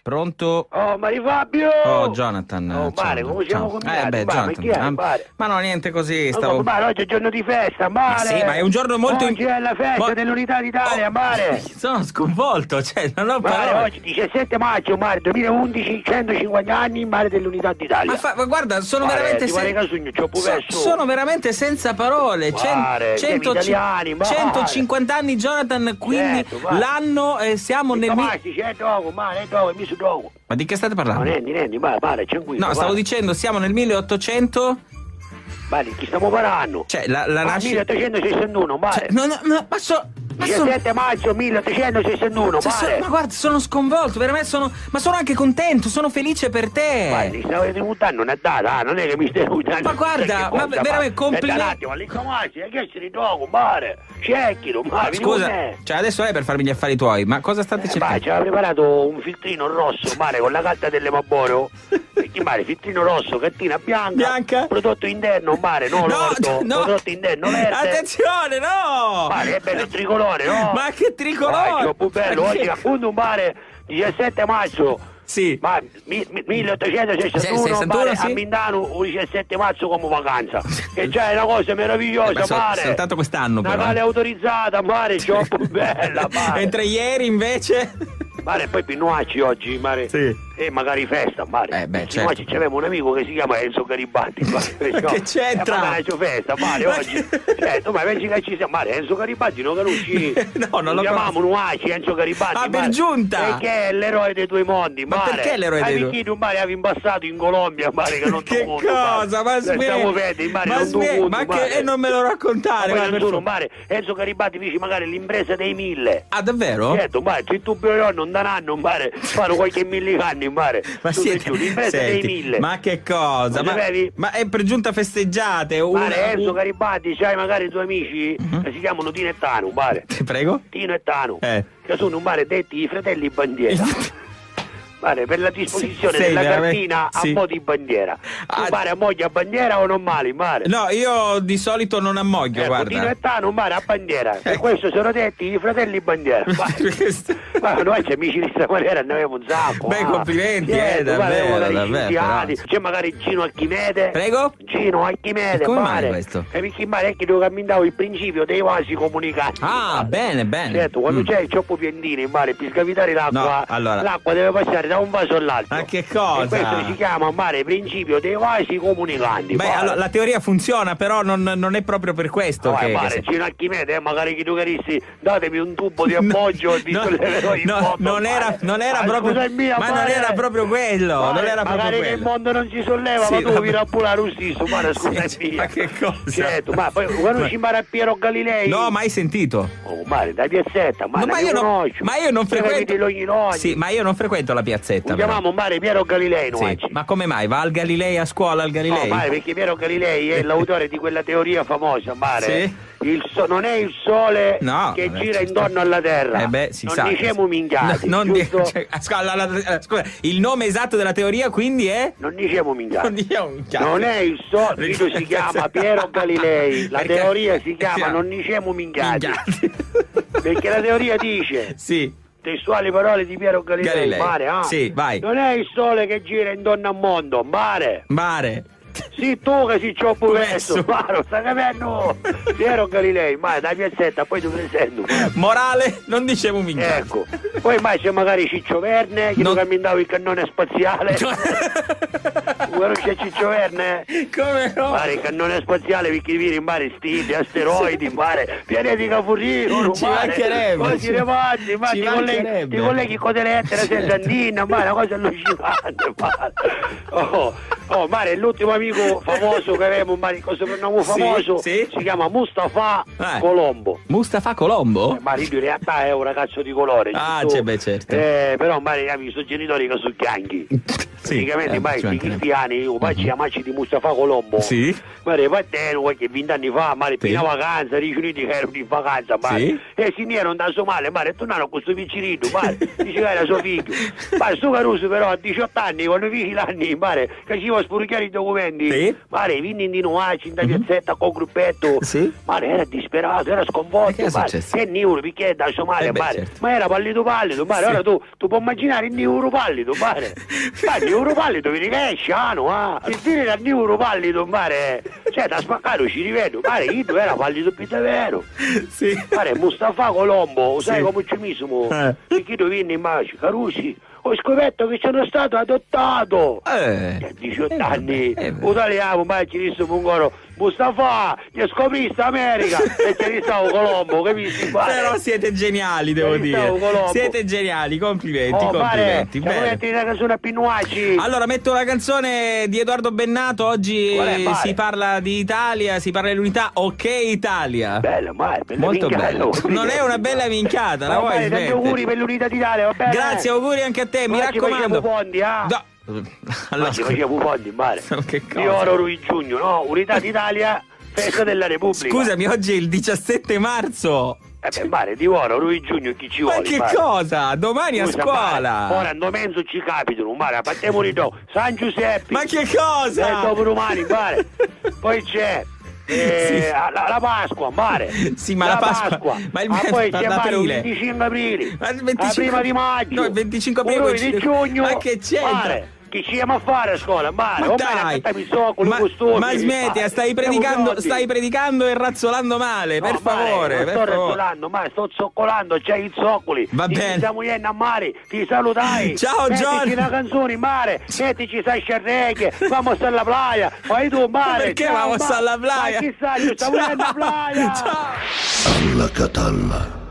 Pronto? Oh, Mario Fabio! Oh, Jonathan. Oh, Mare, come siamo combinati? Beh, Ma chi è, Jonathan. Mare? Ma no, niente così, No, stavo... Mare, oggi è giorno di festa, Mare! Ma sì, ma è un giorno molto... Oggi è la festa dell'Unità d'Italia, Mare! Sono sconvolto, cioè, non ho Mare, parole. oggi 17 maggio, Mare, 2011, 150 anni, Mare dell'Unità d'Italia. Ma guarda, sono Mare, veramente... ti pare Casugno, c'ho pure sono veramente senza parole. Mare, siamo italiani, Mare. 150 anni, Jonathan, quindi Certo, Mare. l'anno siamo nel... C'è dopo, Mare, dopo, mi su dopo. Ma di che state parlando? No, Nendi, Mare, tranquillo. No, stavo Mare. dicendo, siamo nel 1800... Mare, chi stiamo parlando? Cioè, la nascita... 1861, Mare. Cioè, no, ma sono... 17 maggio 1861, Mare. Ma guarda, sono sconvolto, veramente ma sono anche contento, sono felice per te. Ma ti stavo demutando una data, non è che mi stai demutando. Ma guarda, ma veramente complimenti. Un attimo, lì come che si ritrovo, Mare. Cerchilo, Mare. Scusa, cioè adesso lei per farmi gli affari tuoi, ma cosa state cercando? Ma ci aveva preparato un filtrino rosso, Mare, con la carta delle Maboro. Perché, Mare, filtrino rosso, cartina bianca. Prodotto interno, Mare, no, prodotto interno verde. Attenzione, no! Mare, è bello il tricolore. No? Ma che tricolore! È più bello, oggi appunto un Mare 17 maggio. Sì. Ma 1861 Mare, sì. a Mindano il 17 marzo come vacanza. Che già è una cosa meravigliosa, Mare. Soltanto quest'anno, però. Natale autorizzata, Mare, c'ho più bella, Mare. Mentre ieri invece... Mare, poi Pinnuacci oggi, Mare. Sì. E magari festa, Mare. Certo. C'aveva un amico che si chiama Enzo Garibaldi, Mare. Che c'entra? Ma c'è festa, Mare, oggi. Certo, ma pensi che ci sia. Mare, Enzo Garibaldi non conosci? No, non lo chiamiamo Nuaci, Enzo Garibaldi. Ah, per giunta! Perché è l'eroe dei due mondi, Ma Mare. perché l'eroe dei due? Perché tu, Mare, avevi impassato in Colombia, Mare, che non che cosa? Ma Mare. E non me lo raccontare. Ma non Mare, Enzo Garibaldi dice magari l'impresa dei 1000. Ah, davvero? Certo, Mare, se tu non daranno, Mare, fanno qualche millicanni, Mare. Ma l'impresa dei 1000. Ma che cosa? Ma è per giunta festeggiate? Mare, Enzo Garibaldi, c'hai magari due amici che si chiamano Tino e Tano, Mare. Ti prego? Tino e Tano. Che sono, Mare, detti i fratelli bandiera. Mare, per la disposizione della cartina a mo' di bandiera. Tu, Mare, ammoglia a bandiera o non male, Mare? No, io di solito non ammoglio, guarda. Tino e Tano, Mare, a bandiera. Per questo sono detti i fratelli bandiera. Ma noi c'è amici di questa maniera, ne avevo un sacco. Beh, complimenti, davvero. C'è magari Gino Archimede. Prego? Gino Archimede, come Mare. Mai questo? Perché, Mare, è che devo camminare il principio dei vasi comunicanti. Ah, bene. Certo, quando c'è il cioppo piantino, Mare, per scavitare l'acqua, no, allora. l'acqua deve passare da un vaso all'altro. Ma che cosa? E questo si chiama, Mare, principio dei vasi comunicanti. Beh, allora, la teoria funziona, però non è proprio per questo Mare, Gino Archimede, magari chi tu carissi, datemi un tubo di appoggio non era proprio ma non era proprio quello, Mare, non era magari proprio che il quello. mondo non si solleva, ma tu vieni a pulare lo stesso, Mare, scusa mia. Ma che cosa? Certo, ma poi quando ci Mare a Piero Galilei. No, mai sentito. Oh, Mare, dai piazzetta, Mare, ma io non frequento. Sì, ma io non frequento la piazzetta. Chiamiamo Mare Piero Galilei, sì. Ma come mai? Va al Galilei a scuola al Galilei? No, Mare, perché Piero Galilei è l'autore di quella teoria famosa, Mare. Sì. Non è il sole che gira intorno alla terra. Si non sa. diciamo minchiati. Scusa, il nome esatto della teoria quindi è? Non diciamo minchiati. Non è il sole, si chiama Piero Galilei. La teoria si chiama non diciamo minchiati. Perché la teoria dice. Sì. Testuali parole di Piero Galilei. Mare, Sì, vai. Non è il sole che gira intorno al mondo, Mare. Sì, tu che si cioppo verso, Maro, sta capendo? Piero Galilei, ma dai piazzetta, poi ti presento. Morale, non dicevo minchia. Ecco, poi mai c'è magari Ciccio Verne, che non camminava il cannone spaziale. Guarda c'è Ciccio Verne? Come no? Mare, il cannone spaziale, perché vieni in mare stili, asteroidi, mare, pianeti Cafurino, ci mancherebbe. Così remati, ma ti colleghi con delle lettere senza andina, ma è una cosa allucinante, mare. Oh, Mare, l'ultimo amico famoso che avevamo, il soprannome famoso, si chiama Mustafa Colombo. Mustafa Colombo? Mare, in realtà è un ragazzo di colore. Certo. Però, Mare, i suoi genitori che sono bianchi. Praticamente, Mare, si cristiani anni, io faccio la marcia di Mustafa Colombo. Sì. Mare, partendo qualche 20 anni fa, mare, Sì. prima vacanza, riuniti che erano in vacanza, mare. Sì. E si erano da Somalia, mare, tornarono con questo piccinino, mare, diceva era suo figlio. Ma sto Caruso però a 18 anni, quando figli l'anni, mare, che ci va a spuricare i documenti, Sì. mare, vini in Nuaci, in da piazzetta con gruppetto, Sì. mare, era disperato, era Ma che sconvolto, è mare, successo? che Niuro, picchiere da Somalia, beh, mare, certo. ma era pallido, mare, Sì. ora tu puoi immaginare il Niuro pallido, mare, ma il Niuro pallido, vedi che è sciano, il dire dal Niuro pallido, mare, cioè da spaccare ci rivedo, mare, io era pallido più davvero. Sì. Mare, Mustafa Colombo, sai Sì. come ci misimo? Eh. Perché tu vieni in Maci, Carusi, ho scoperto che sono stato adottato. 18 anni, italiano, ma ci disse un coro, Mustafa, ti scopriste America e ci stavo Colombo, capisci? Però siete geniali, devo dire. Colombo. Siete geniali, complimenti, Oh, complimenti. mare, Bene. metti una canzone a Pinnuacci. Allora, metto la canzone di Edoardo Bennato. Oggi Qual è, mare? si parla di Italia, si parla dell'unità. Ok, Italia. Bella, mare, bella Molto minchiata, bello. oh, Non è una bella minchiata, la Oh, vuoi mare, tanti smettere? auguri per l'unità d'Italia, va bene? Grazie, auguri anche a te, mi Oggi raccomando. facevo fondi, No. Allora, Oggi facevo fondi, mare. che Di cosa? oro Rui Giugno, no? Unità d'Italia, festa della Repubblica. Scusami, oggi è il 17 marzo. Beh, mare, di oro Rui Giugno chi ci Ma vuole? che mare? cosa? Domani a Scusa, scuola. Mare, ora andò mezzo ci capitano, mare, partiamo di dopo. San Giuseppe. Ma che cosa? Dopo domani, mare. Poi c'è Sì. la Pasqua, mare. Sì, ma la Pasqua. Ma il poi c'è mare il aprile. 25 aprile. Ma il La 25 prima di maggio. No, il 25 aprile un di giugno. Ma che c'entra? Mare, che ci andiamo a fare a scuola, mare? Ma dai, ma smetti, stai predicando e razzolando male, per favore, non per sto favore. razzolando, ma sto zoccolando, c'è i zoccoli. Va bene. Stiamo iendo a mare, ti salutai. Ciao, mettici Giorgio. una canzone in mare, mettici sai sciarreghe, vamos alla playa, fai tu mare. Perché ciao, vamos alla playa? Ma chissà, io stavo andando alla playa. Ciao. Alla Catalla.